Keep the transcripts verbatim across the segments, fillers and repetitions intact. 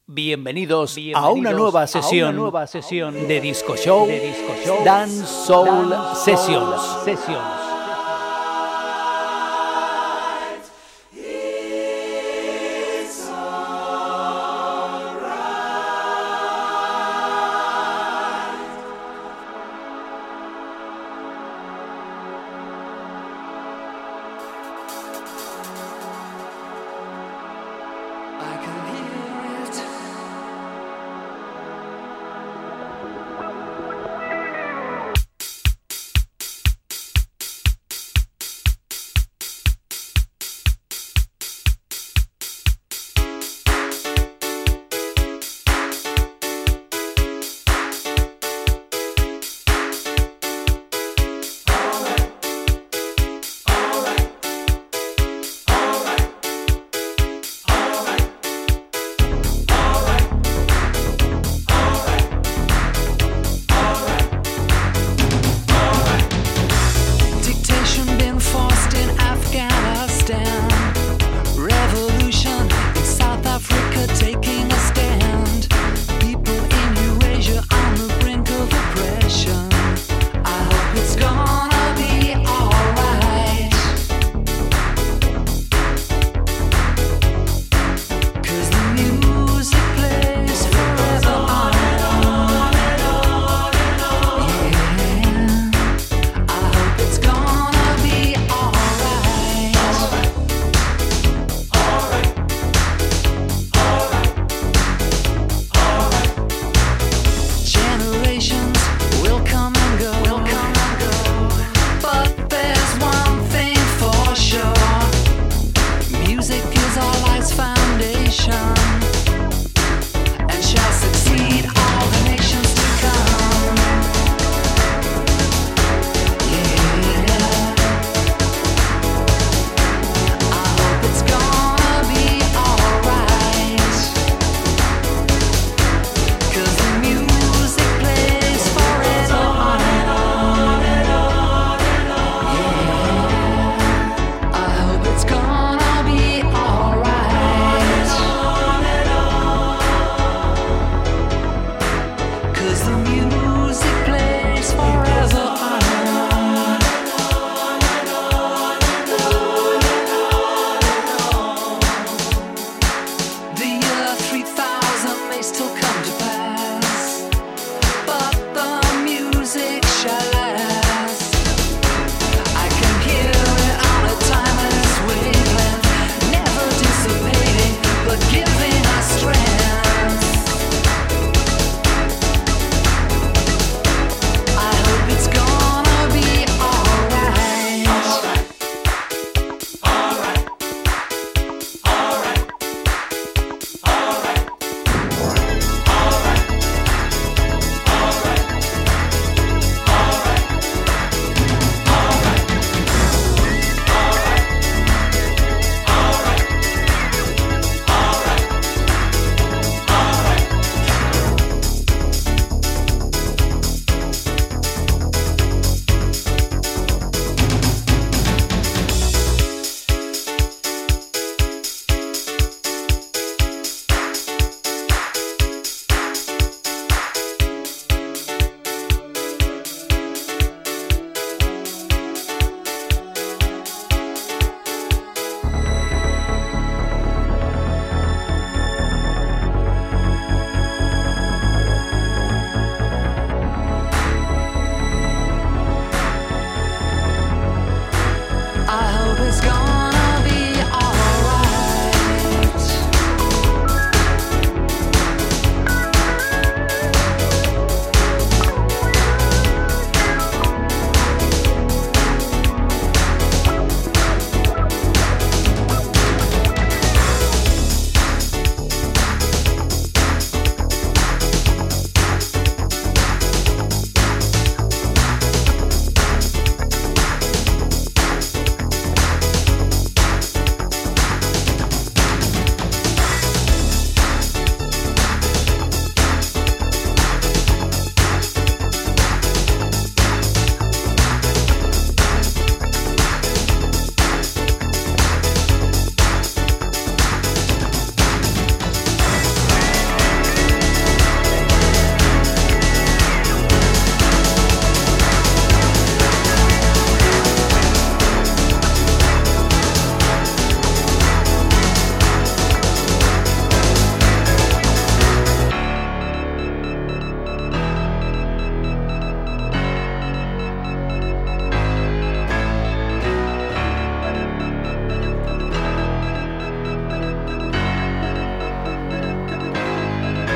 Bienvenidos, Bienvenidos a una nueva sesión, a una nueva sesión de Disco Show, de Disco Show Dance Soul Dance Sessions. Soul Sessions.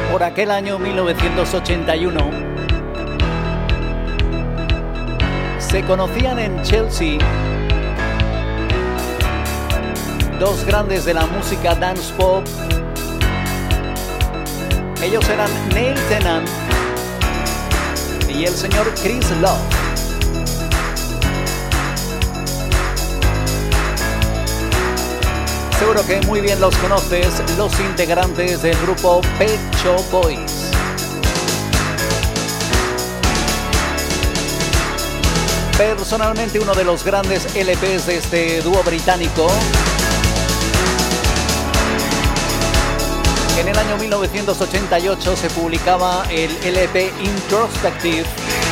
por aquel año mil novecientos ochenta y uno. Se conocían en Chelsea dos grandes de la música dance pop. Ellos eran Neil Tennant y el señor Chris Love. Seguro que muy bien los conoces, los integrantes del grupo Pet Shop Boys. Personalmente uno de los grandes L Pes de este dúo británico. En el año mil novecientos ochenta y ocho se publicaba el L P Introspective.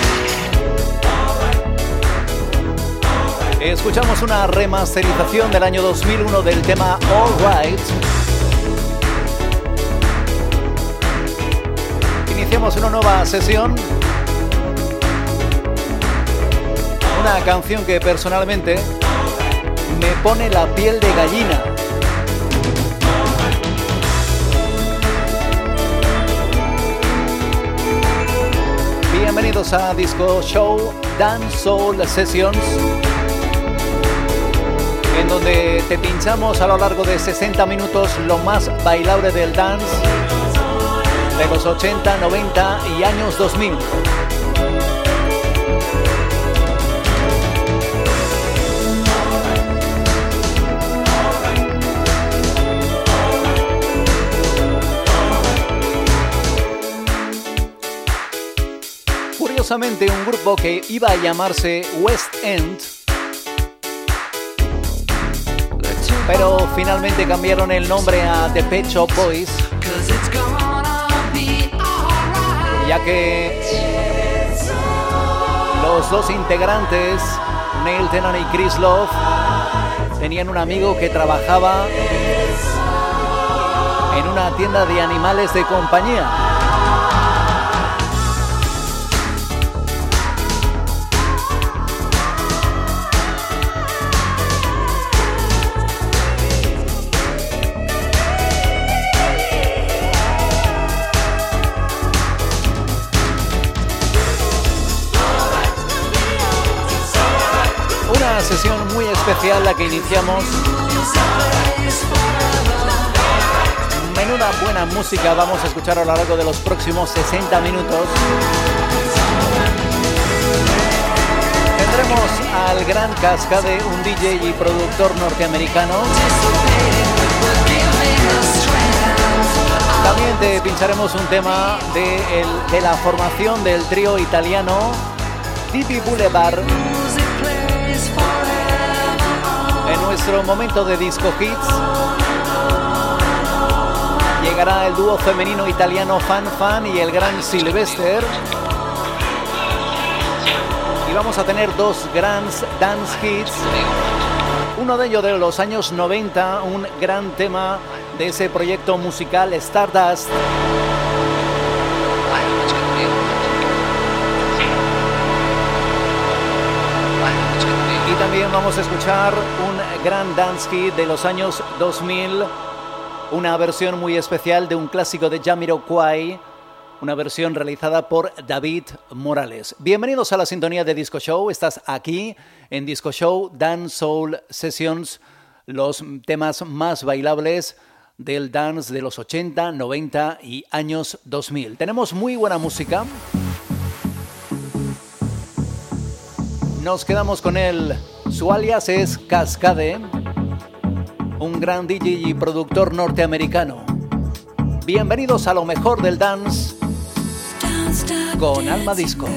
Escuchamos una remasterización del año dos mil uno del tema All Right. Iniciamos una nueva sesión. Una canción que personalmente me pone la piel de gallina. Bienvenidos a Disco Show Dance Soul Sessions, en donde te pinchamos a lo largo de sesenta minutos lo más bailable del dance de los ochenta, noventa y años dos mil. Curiosamente, un grupo que iba a llamarse West End, pero finalmente cambiaron el nombre a The Pet Shop Boys, ya que los dos integrantes, Neil Tennant y Chris Love, tenían un amigo que trabajaba en una tienda de animales de compañía. Una sesión muy especial la que iniciamos. Menuda buena música vamos a escuchar a lo largo de los próximos sesenta minutos. Tendremos al gran Cascade, un D J y productor norteamericano. También te pincharemos un tema de, el, de la formación del trío italiano D B Boulevard. En nuestro momento de disco hits llegará el dúo femenino italiano Fan Fan y el gran Sylvester. Y vamos a tener dos grandes dance hits. Uno de ellos de los años noventa, un gran tema de ese proyecto musical Stardust. Y también vamos a escuchar un gran dance hit de los años dos mil, una versión muy especial de un clásico de Jamiroquai, una versión realizada por David Morales. Bienvenidos a la sintonía de Disco Show. Estás aquí en Disco Show Dance Soul Sessions, los temas más bailables del dance de los ochenta, noventa y años dos mil. Tenemos muy buena música. Nos quedamos con él. Su alias es Cascade, un gran D J y productor norteamericano. Bienvenidos a lo mejor del dance con Alma Disco.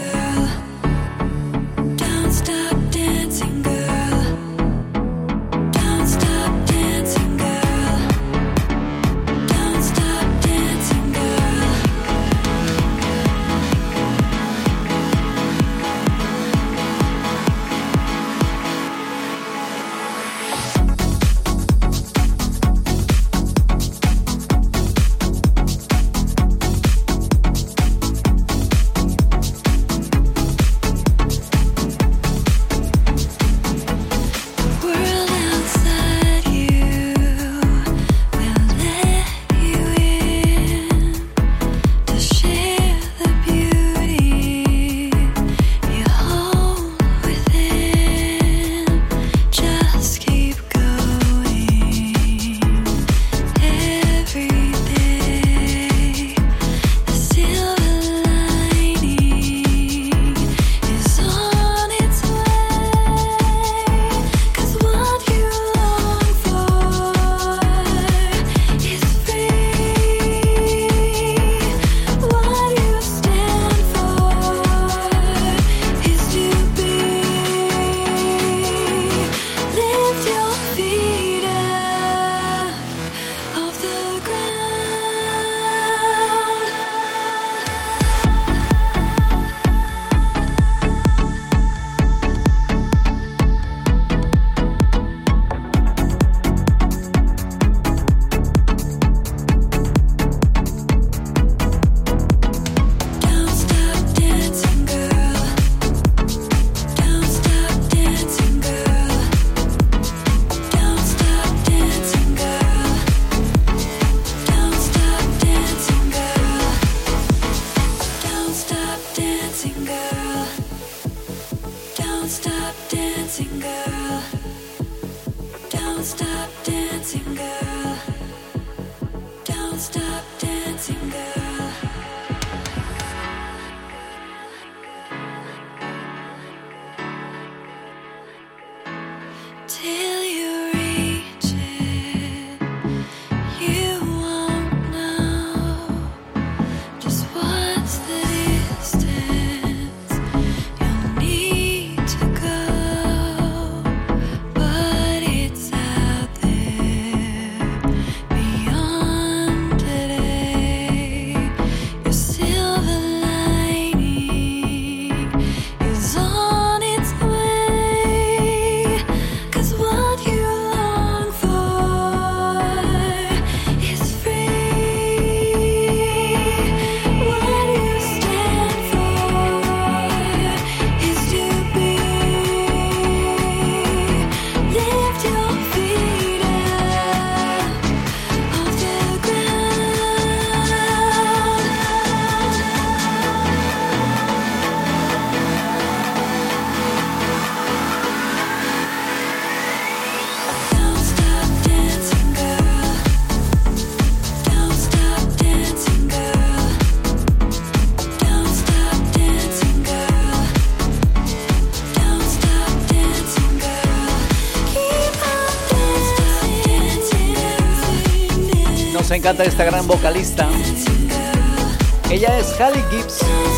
encanta esta gran vocalista. Ella es Halle Gibbs.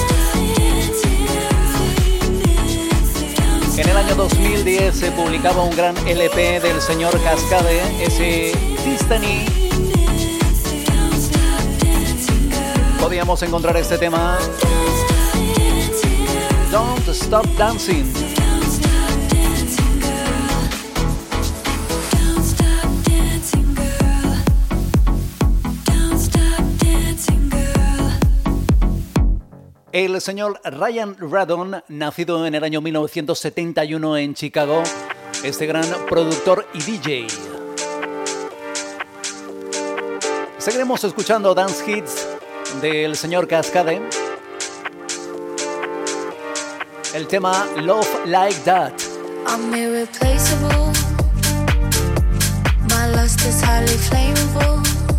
En el año dos mil diez se publicaba un gran L P del señor Cascade, ese Destiny. Podíamos encontrar este tema, Don't Stop Dancing. El señor Ryan Radon, nacido en el año mil novecientos setenta y uno en Chicago, este gran productor y D J. Seguiremos escuchando Dance Hits del señor Cascade. El tema Love Like That. I'm irreplaceable. My lust is highly flammable.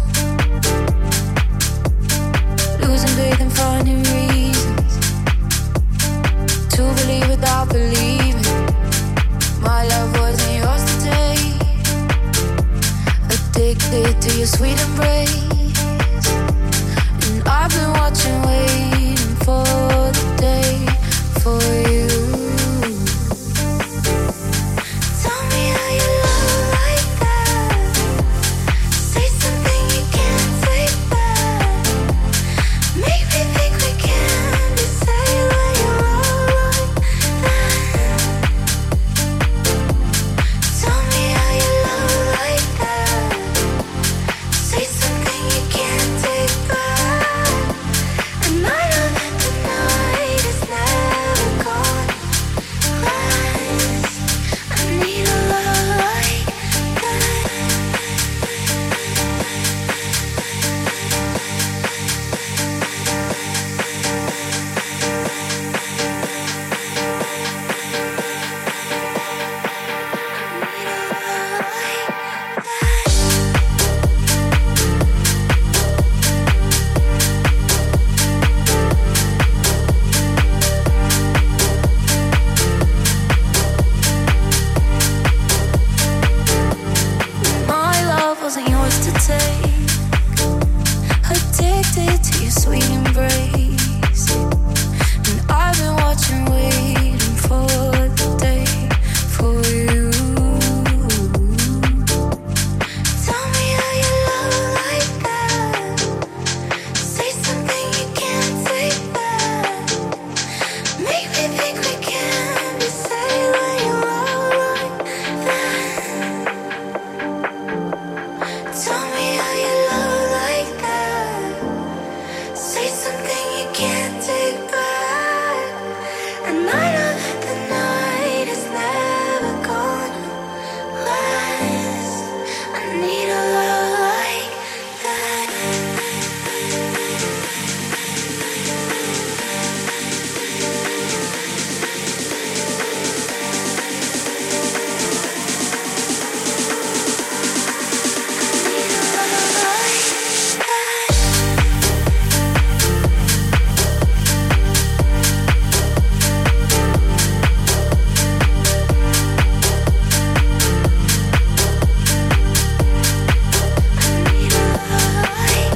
Losing faith and finding reasons to believe without believing. My love wasn't yours to take. Addicted to your sweet embrace. And I've been watching, waiting for the day for you. Tell me how you love like that. Say something you can't take back. Make me think we can be saved when you love like that. Tell me how you love like that. Say something you can't take back. And I know that the night is never gone last. I need a love like that. My love wasn't yours to take. Addicted to your sweet embrace. And I've been watching, waiting for the day for you. Tell me how you love like that. Say something you can't take back. Make me think we can be saved when you love like that. Tell me how you love like that. Say something you can't take back. And I know that the night is never gonna last. I need a love like that. Need a love like that. Need a love like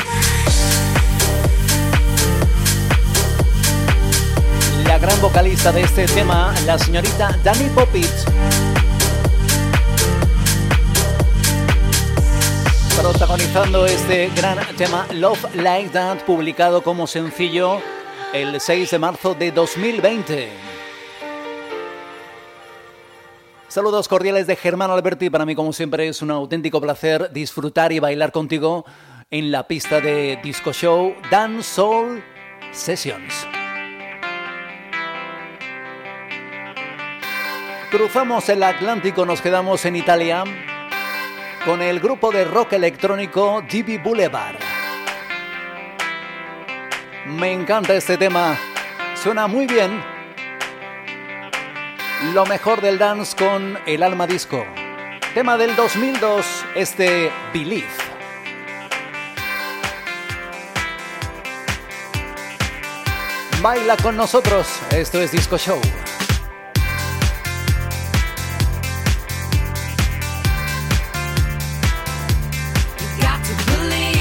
that. La gran vocalista de este tema, la señorita Dani Popit, protagonizando este gran tema Love Like That, publicado como sencillo el seis de marzo de dos mil veinte. Saludos cordiales de Germán Alberti. Para mí, como siempre, es un auténtico placer disfrutar y bailar contigo en la pista de Disco Show Dance Soul Sessions. Cruzamos el Atlántico, nos quedamos en Italia con el grupo de rock electrónico D B Boulevard. Me encanta este tema, suena muy bien. Lo mejor del dance con el alma disco. Tema del dos mil dos, este Believe. Baila con nosotros, esto es Disco Show. You got to believe.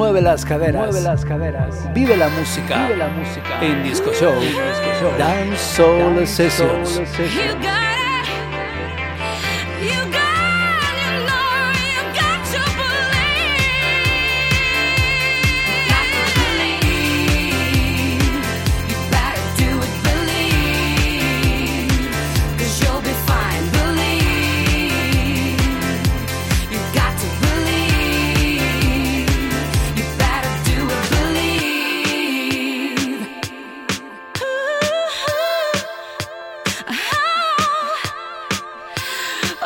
Mueve las caderas. Mueve las caderas. Vive la música. Vive la música. En Disco Show. En Disco Show. Dance Soul Dance Sessions. Soul Sessions. You got it. You got it. You know you got to believe. Got to believe. You better do it, believe. 'Cause you'll be fine, believe. You got to believe. You better do it, believe. Ooh, oh, oh,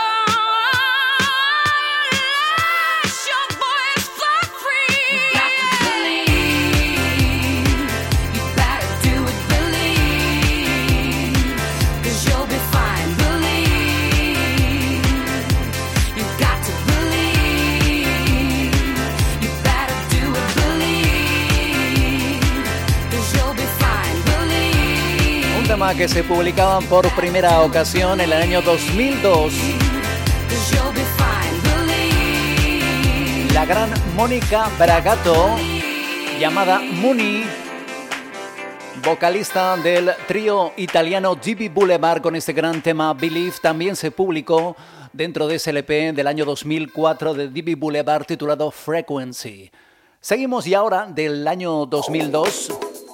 let your voice fly free. You got to believe. You better do it, believe. 'Cause you'll be fine, believe. You got to believe. You better do it, believe. 'Cause you'll be fine, believe. Un tema que se publicaban por primera ocasión en el año dos mil dos. 'Cause you'll be fine, believe. La gran Mónica Bragato, llamada Muni, vocalista del trío italiano D B Boulevard, con este gran tema Believe, también se publicó dentro de ese L P del año dos mil cuatro de D B Boulevard titulado Frequency. Seguimos y ahora del año dos mil dos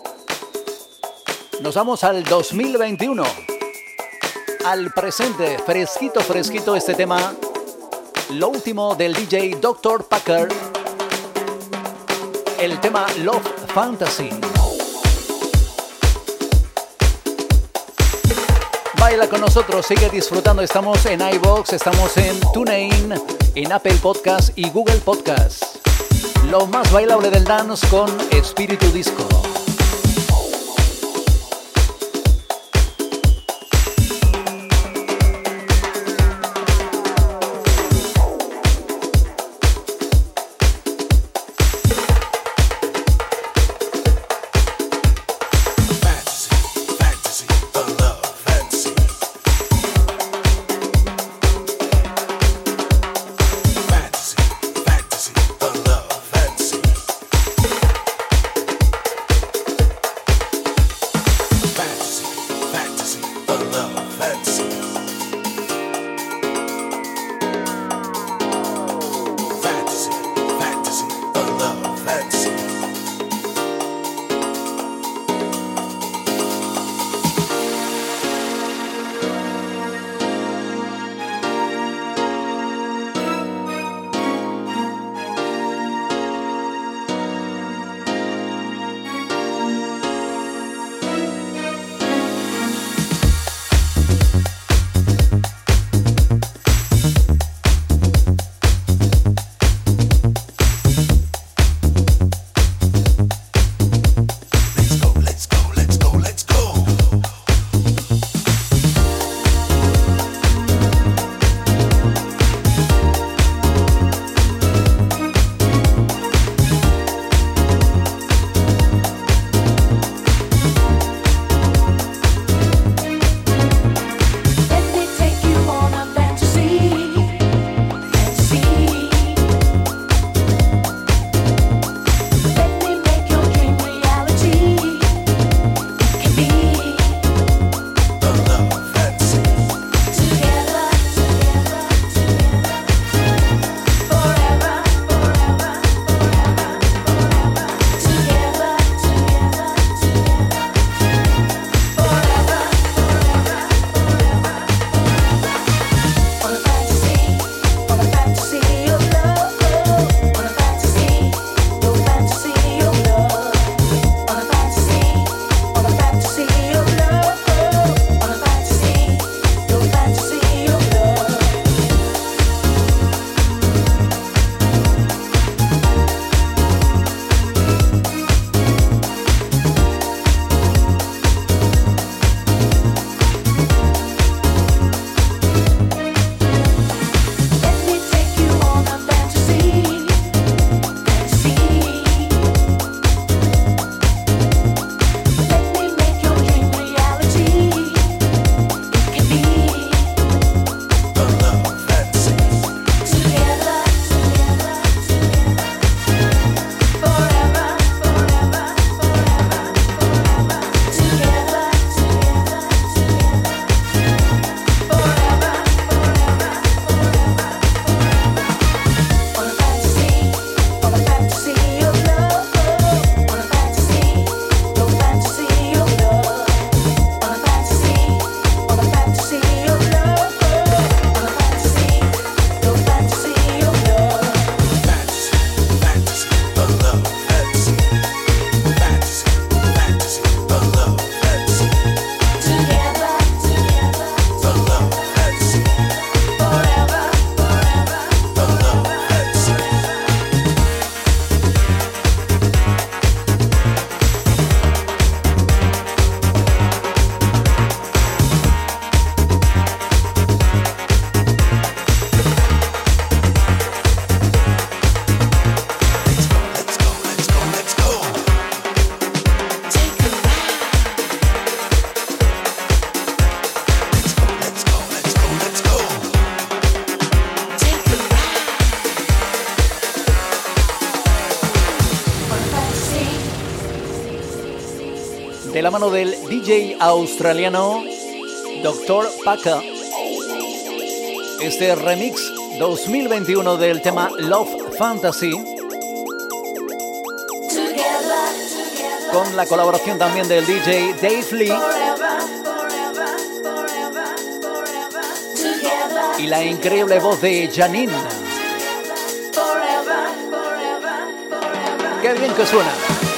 nos vamos al dos mil veintiuno, al presente, fresquito, fresquito este tema, lo último del D J doctor Packer, el tema Love Fantasy. Baila con nosotros, sigue disfrutando. Estamos en iVoox, estamos en TuneIn, en Apple Podcast y Google Podcast. Lo más bailable del dance con Espíritu Disco. Fantasy, fantasy, a love fantasy. Fantasy, fantasy, a love fantasy. de la mano del D J australiano doctor Paca. Este remix dos mil veintiuno del tema Love Fantasy, con la colaboración también del D J Dave Lee y la increíble voz de Janine. ¡Qué bien que suena!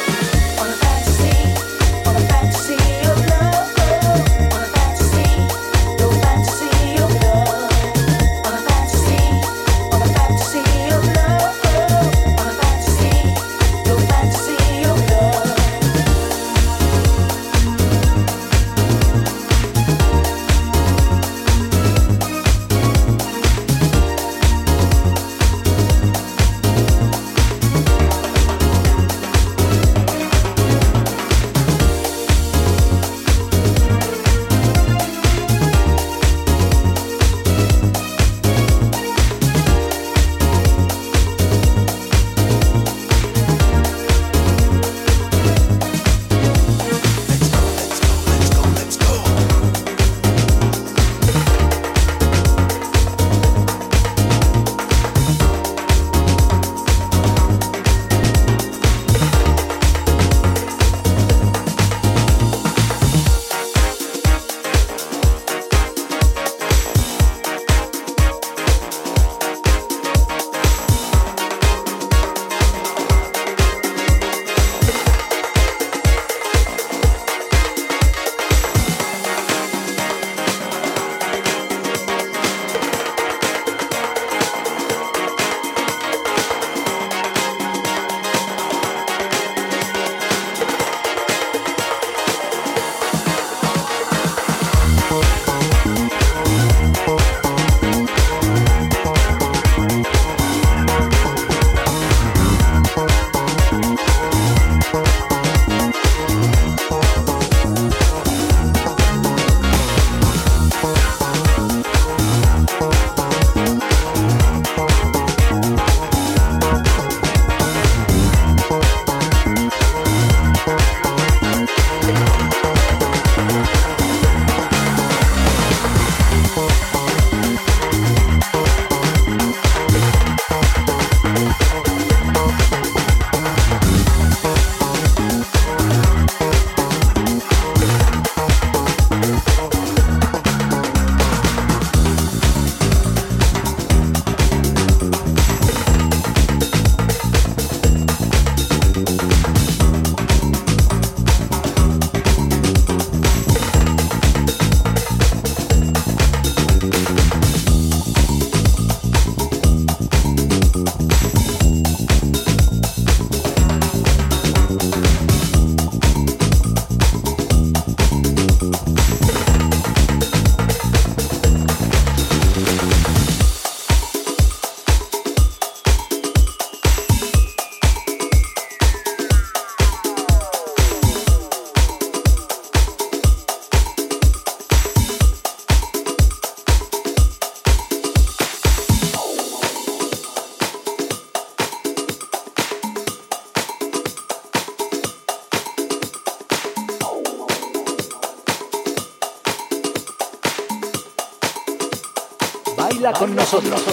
Baila con nosotros.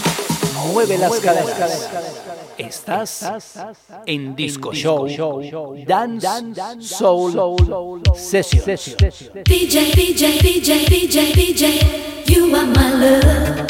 Mueve las caderas. Estás en Disco Show Dance Soul Session. D J, D J, D J, D J, D J, you are my love.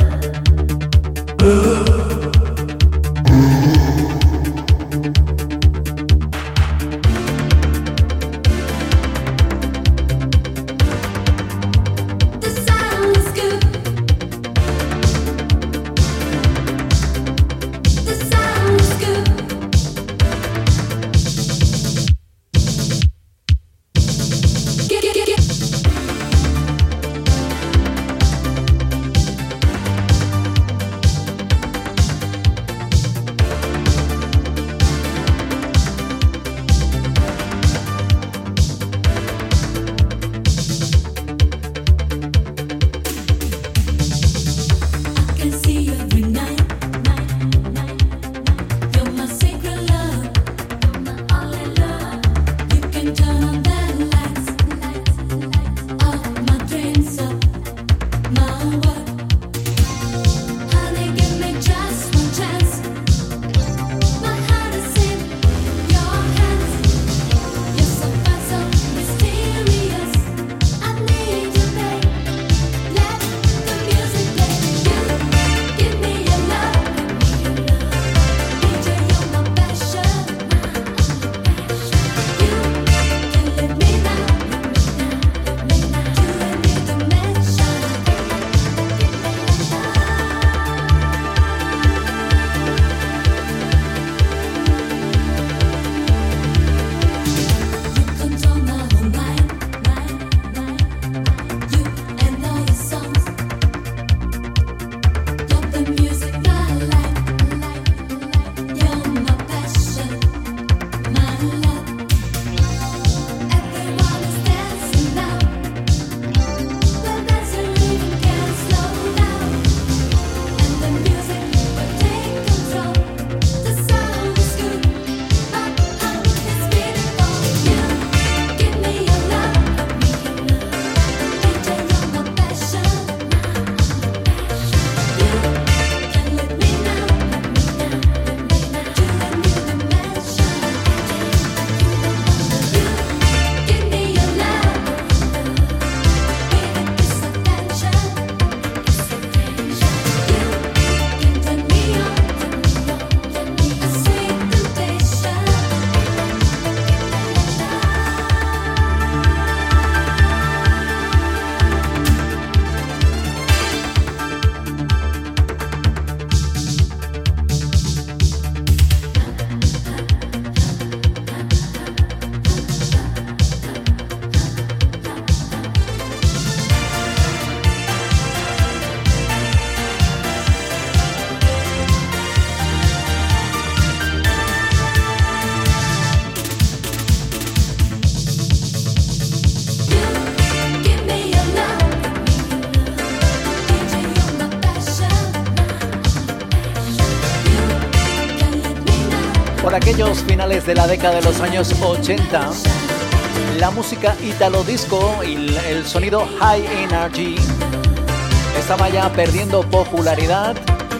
Por aquellos finales de la década de los años ochenta, la música italo disco y el sonido high energy estaba ya perdiendo popularidad.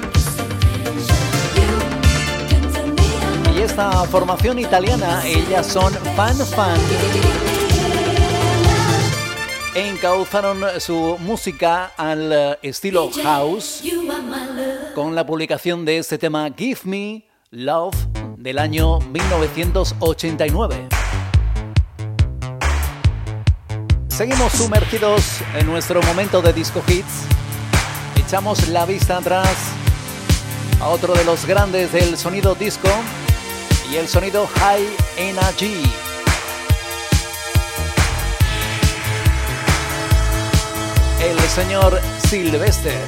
Y esta formación italiana, ellas son Fan Fan, encauzaron su música al estilo house con la publicación de este tema Give Me Love del año mil novecientos ochenta y nueve. Seguimos sumergidos en nuestro momento de disco hits. Echamos la vista atrás a otro de los grandes del sonido disco y el sonido high energy. El señor Sylvester.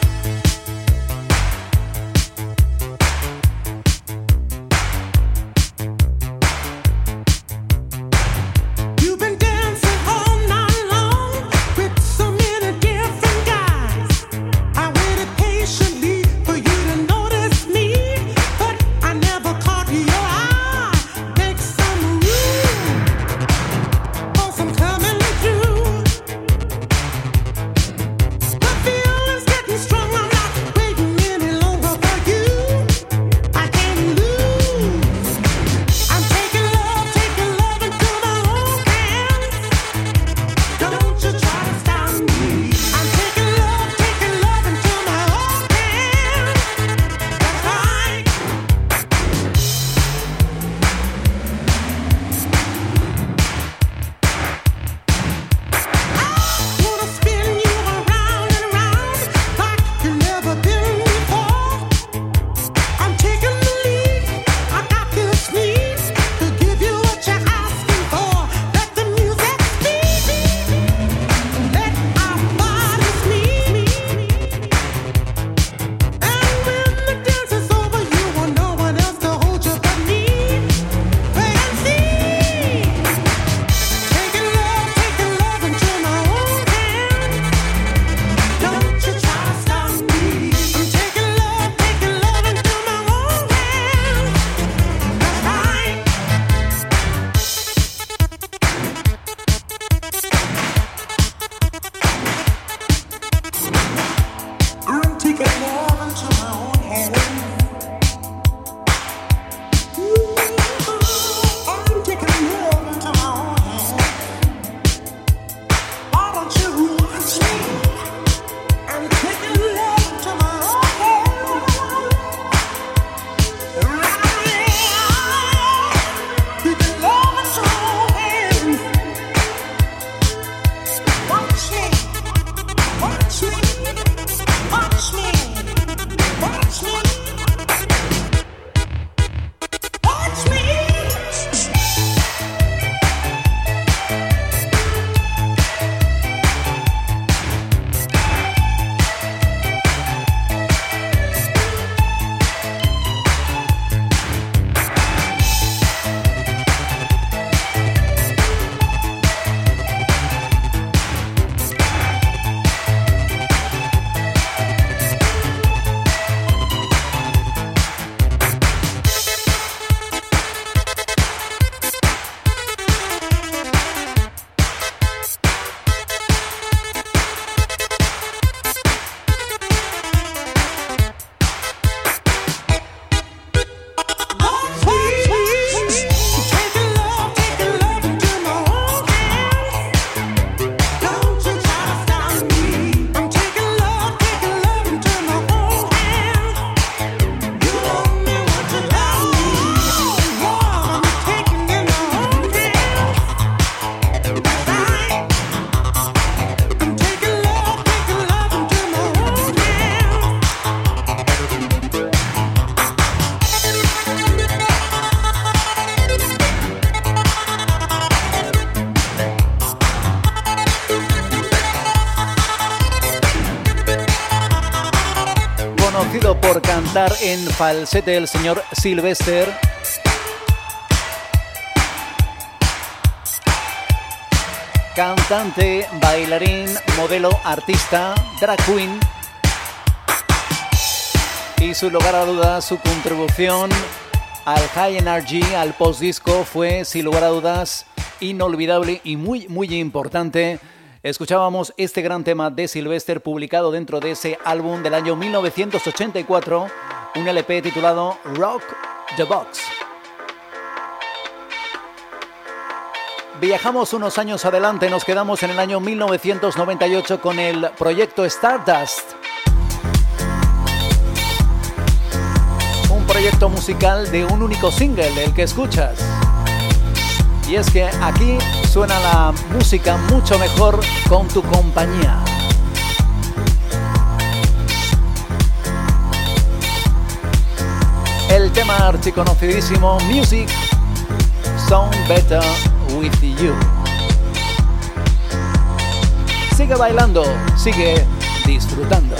Por cantar en falsete el señor Sylvester. Cantante, bailarín, modelo, artista, drag queen. Y sin lugar a dudas su contribución al High Energy, al post-disco, fue sin lugar a dudas inolvidable y muy, muy importante. Escuchábamos este gran tema de Sylvester publicado dentro de ese álbum del año mil novecientos ochenta y cuatro, un L P titulado Rock the Box. Viajamos unos años adelante, nos quedamos en el año mil novecientos noventa y ocho con el proyecto Stardust. Un proyecto musical de un único single, el que escuchas. Y es que aquí suena la música mucho mejor con tu compañía. El tema archiconocidísimo Music Sound Better With You. Sigue bailando, sigue disfrutando.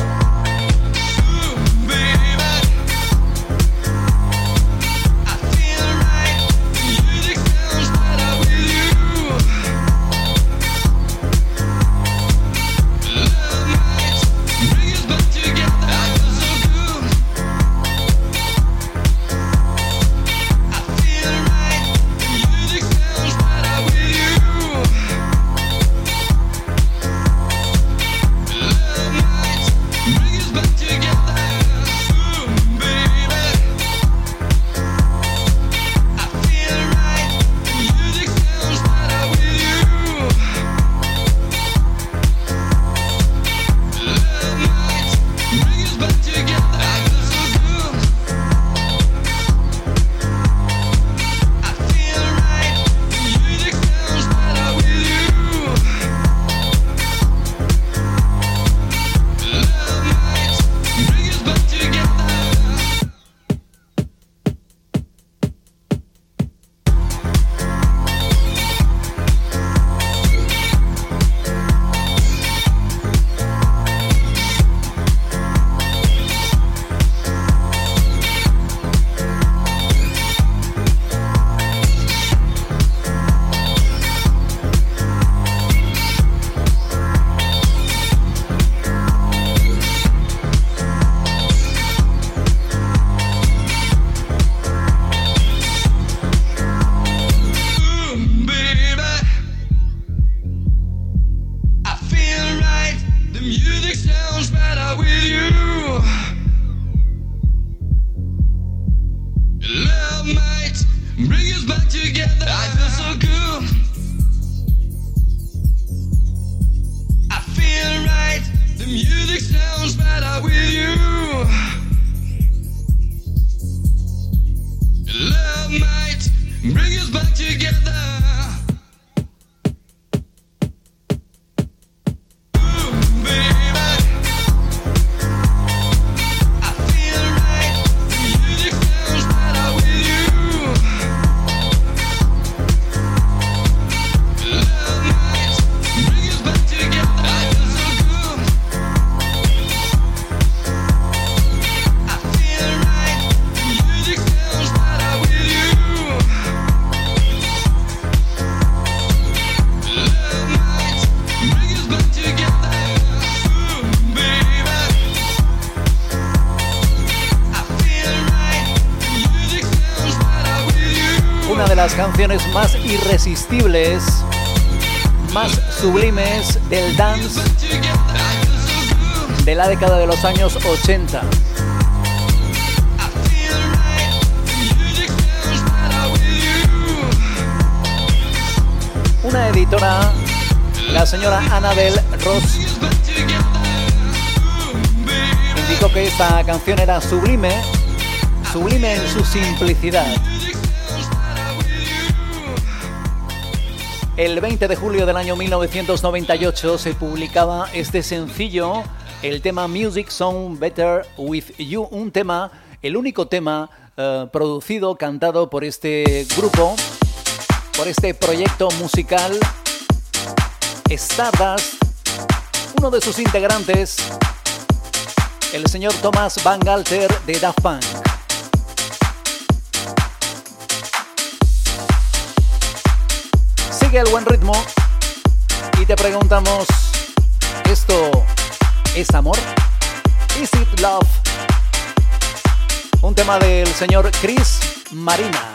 Canciones más irresistibles, más sublimes del dance de la década de los años ochenta. Una editora, la señora Annabel Ross, indicó que esta canción era sublime, sublime en su simplicidad. El veinte de julio del año mil novecientos noventa y ocho se publicaba este sencillo, el tema Music Sound Better With You, un tema, el único tema uh, producido, cantado por este grupo, por este proyecto musical Stardust. Uno de sus integrantes, el señor Thomas Bangalter de Daft Punk. Sigue el buen ritmo y te preguntamos, ¿esto es amor? ¿Is it love? Un tema del señor Chris Marina.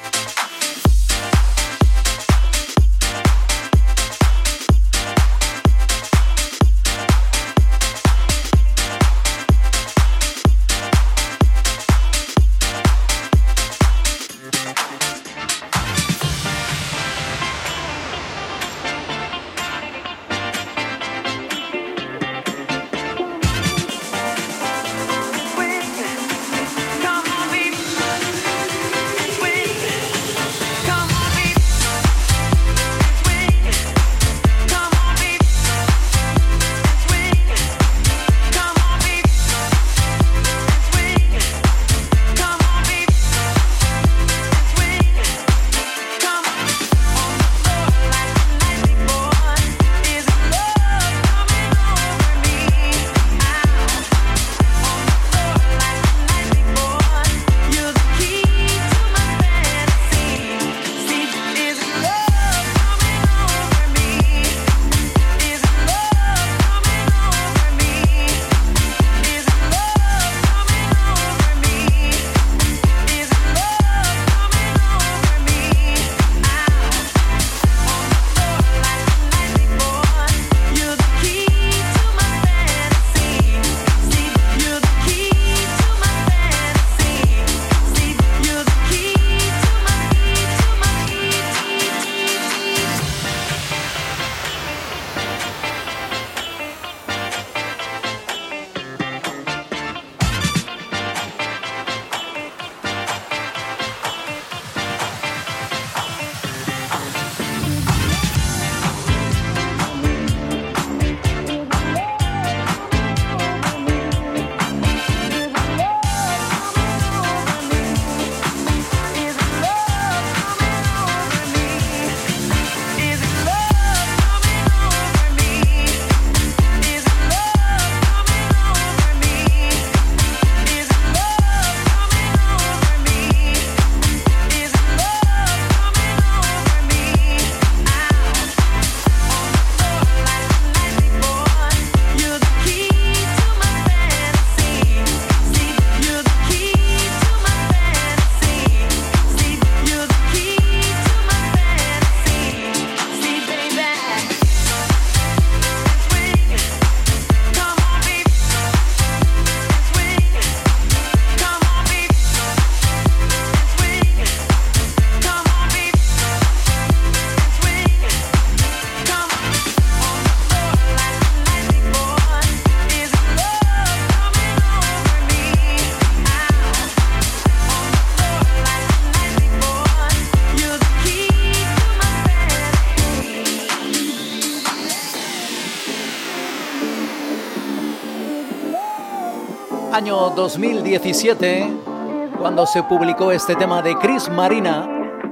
Año dos mil diecisiete, cuando se publicó este tema de Chris Marina,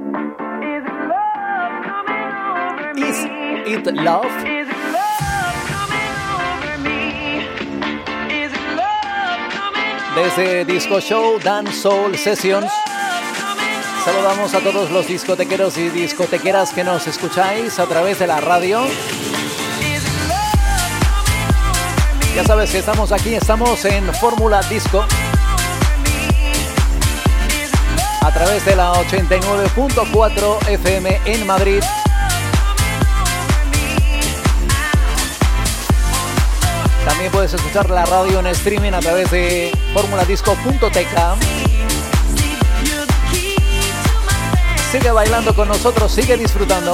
Is It Love? Desde Disco Show Dance Soul Sessions, saludamos a todos los discotequeros y discotequeras que nos escucháis a través de la radio. Ya sabes que estamos aquí, estamos en Fórmula Disco a través de la ochenta y nueve punto cuatro F M en Madrid. También puedes escuchar la radio en streaming a través de formula disco punto t k. Sigue bailando con nosotros, sigue disfrutando.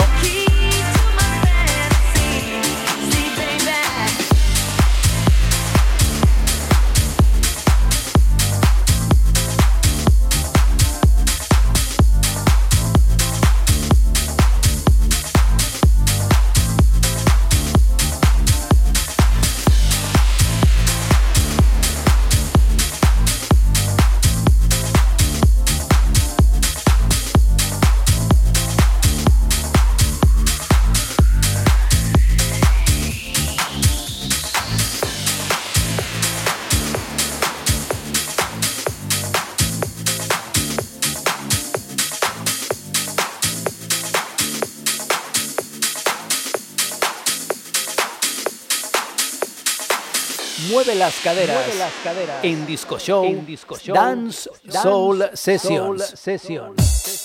Mueve las caderas, Mueve las caderas. En Disco Show, en Disco Show Dance, Dance Soul Sessions. Soul Sessions.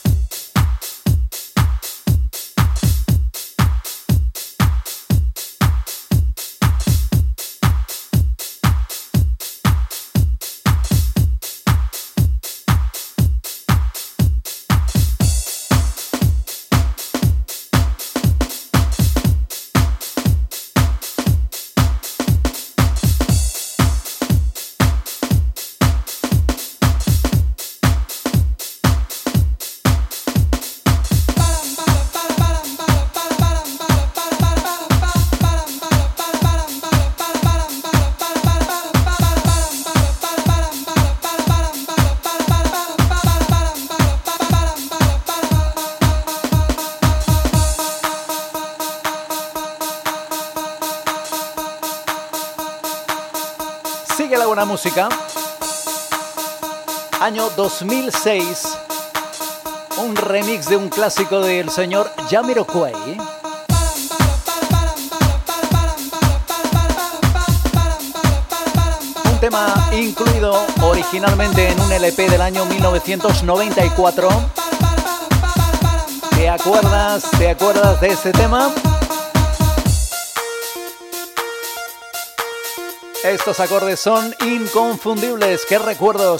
Sigue la buena música. Año dos mil seis. Un remix de un clásico del señor Jamiroquai. Un tema incluido originalmente en un L P del año mil novecientos noventa y cuatro. ¿Te acuerdas? ¿Te acuerdas de ese tema? Estos acordes son inconfundibles. ¡Qué recuerdos!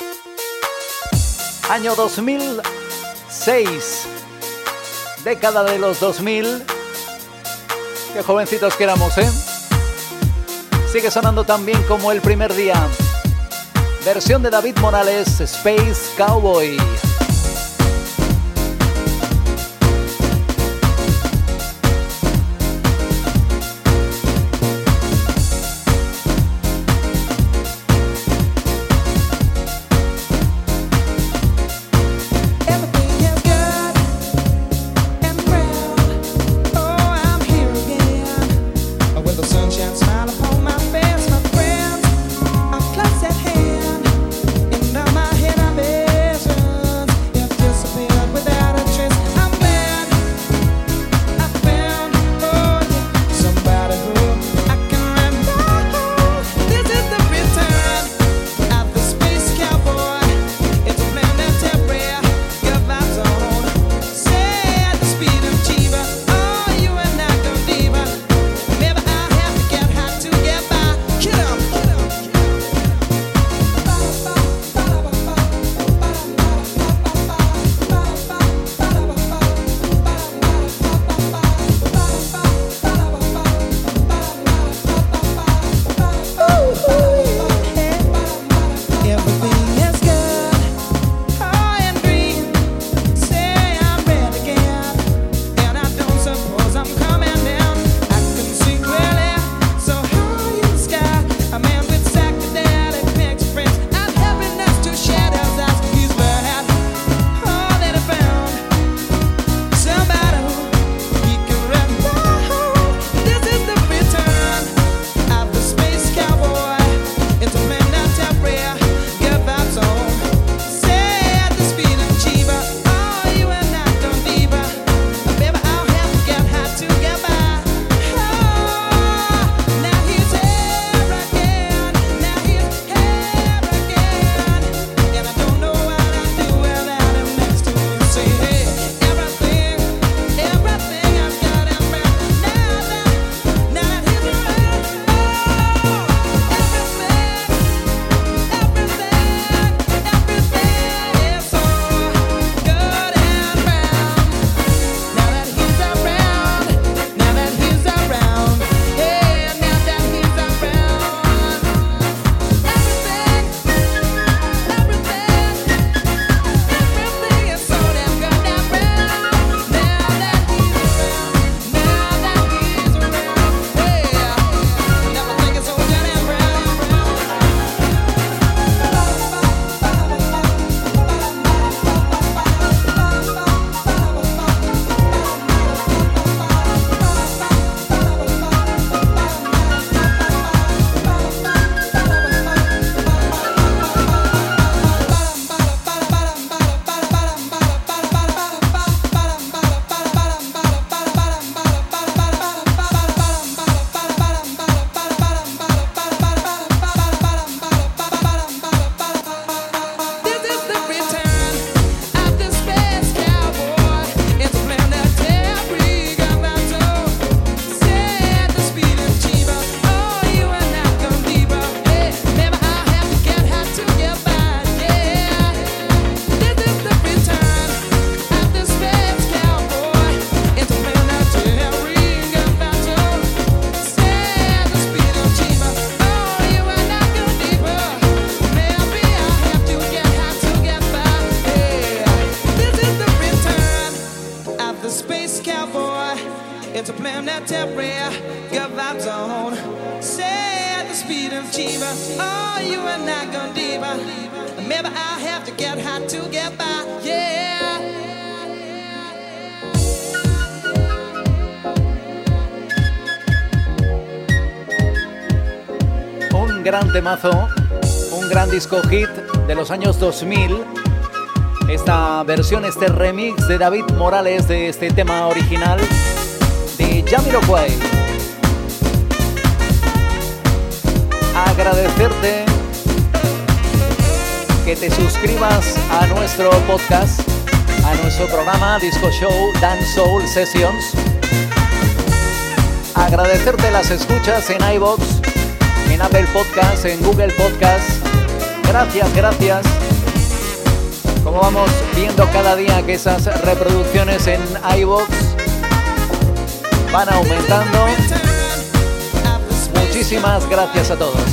Año dos mil seis. Década de los dos mil. ¡Qué jovencitos que éramos, eh! Sigue sonando tan bien como el primer día. Versión de David Morales, Space Cowboy. Close at hand, and on my head I visions. that temporary, good vibes on. Say at the speed of Chiba, oh, you are not gonna diva. Maybe I'll have to get hot to get by, yeah. Un gran temazo, un gran disco hit de los años dos mil. Esta versión, este remix de David Morales de este tema original de Jamiroquai. Agradecerte que te suscribas a nuestro podcast, a nuestro programa Disco Show Dance Soul Sessions. Agradecerte las escuchas en iVoox, en Apple Podcast, en Google Podcast. Gracias, gracias. Como vamos viendo cada día que esas reproducciones en iVoox van aumentando. Muchísimas gracias a todos.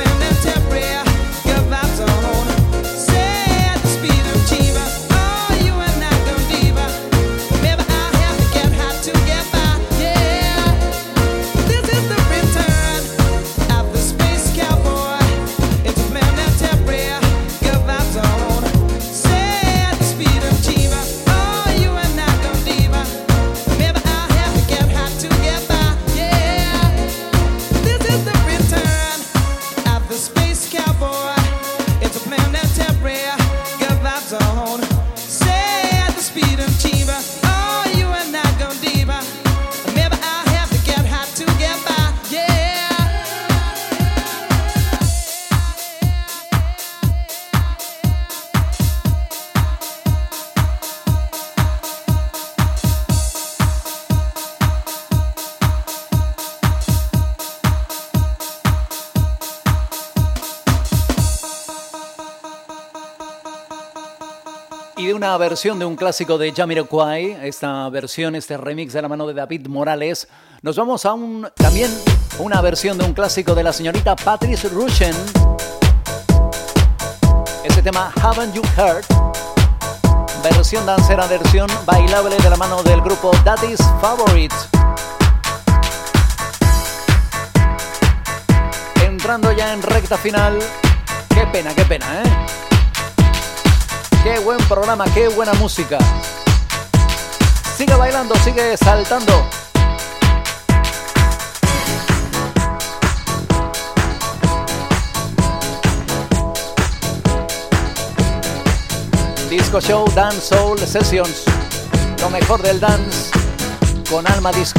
Y de una versión de un clásico de Jamiroquai, esta versión, este remix de la mano de David Morales, nos vamos a un también una versión de un clásico de la señorita Patrice Rushen. Este tema Haven't You Heard, versión dancera, versión bailable de la mano del grupo Daddy's Favorite. Entrando ya en recta final, qué pena, qué pena, ¿eh? Qué buen programa, qué buena música. Sigue bailando, sigue saltando. Disco Show Dance Soul Sessions. Lo mejor del dance con alma disco.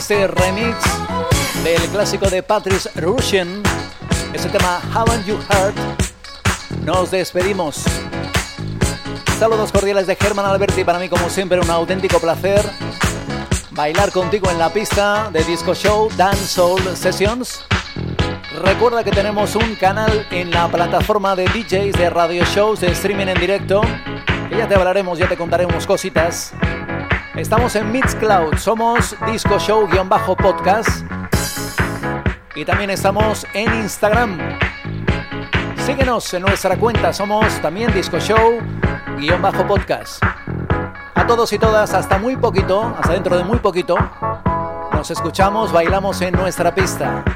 este remix del clásico de Patrice Rushen, ese tema Haven't You Heard. Nos despedimos. Saludos cordiales de Germán Alberti. Para mí, como siempre, un auténtico placer bailar contigo en la pista de Disco Show Dancehall Sessions. Recuerda que tenemos un canal en la plataforma de D Js, de radio shows, de streaming en directo, que ya te hablaremos, ya te contaremos cositas. Estamos en Mixcloud, somos Disco Show-podcast. Y también estamos en Instagram. Síguenos en nuestra cuenta, somos también Disco Show-podcast. A todos y todas, hasta muy poquito, hasta dentro de muy poquito, nos escuchamos, bailamos en nuestra pista.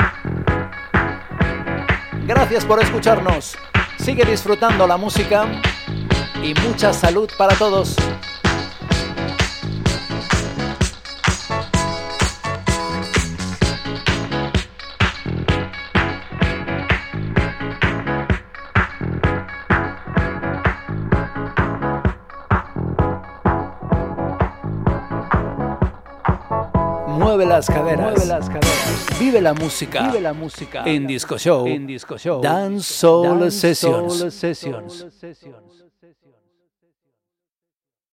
Gracias por escucharnos. Sigue disfrutando la música y mucha salud para todos. Mueve las caderas. Mueve las caderas. Vive la música. Vive la música. En Disco Show. En Disco Show. Dancehall Sessions. Sessions.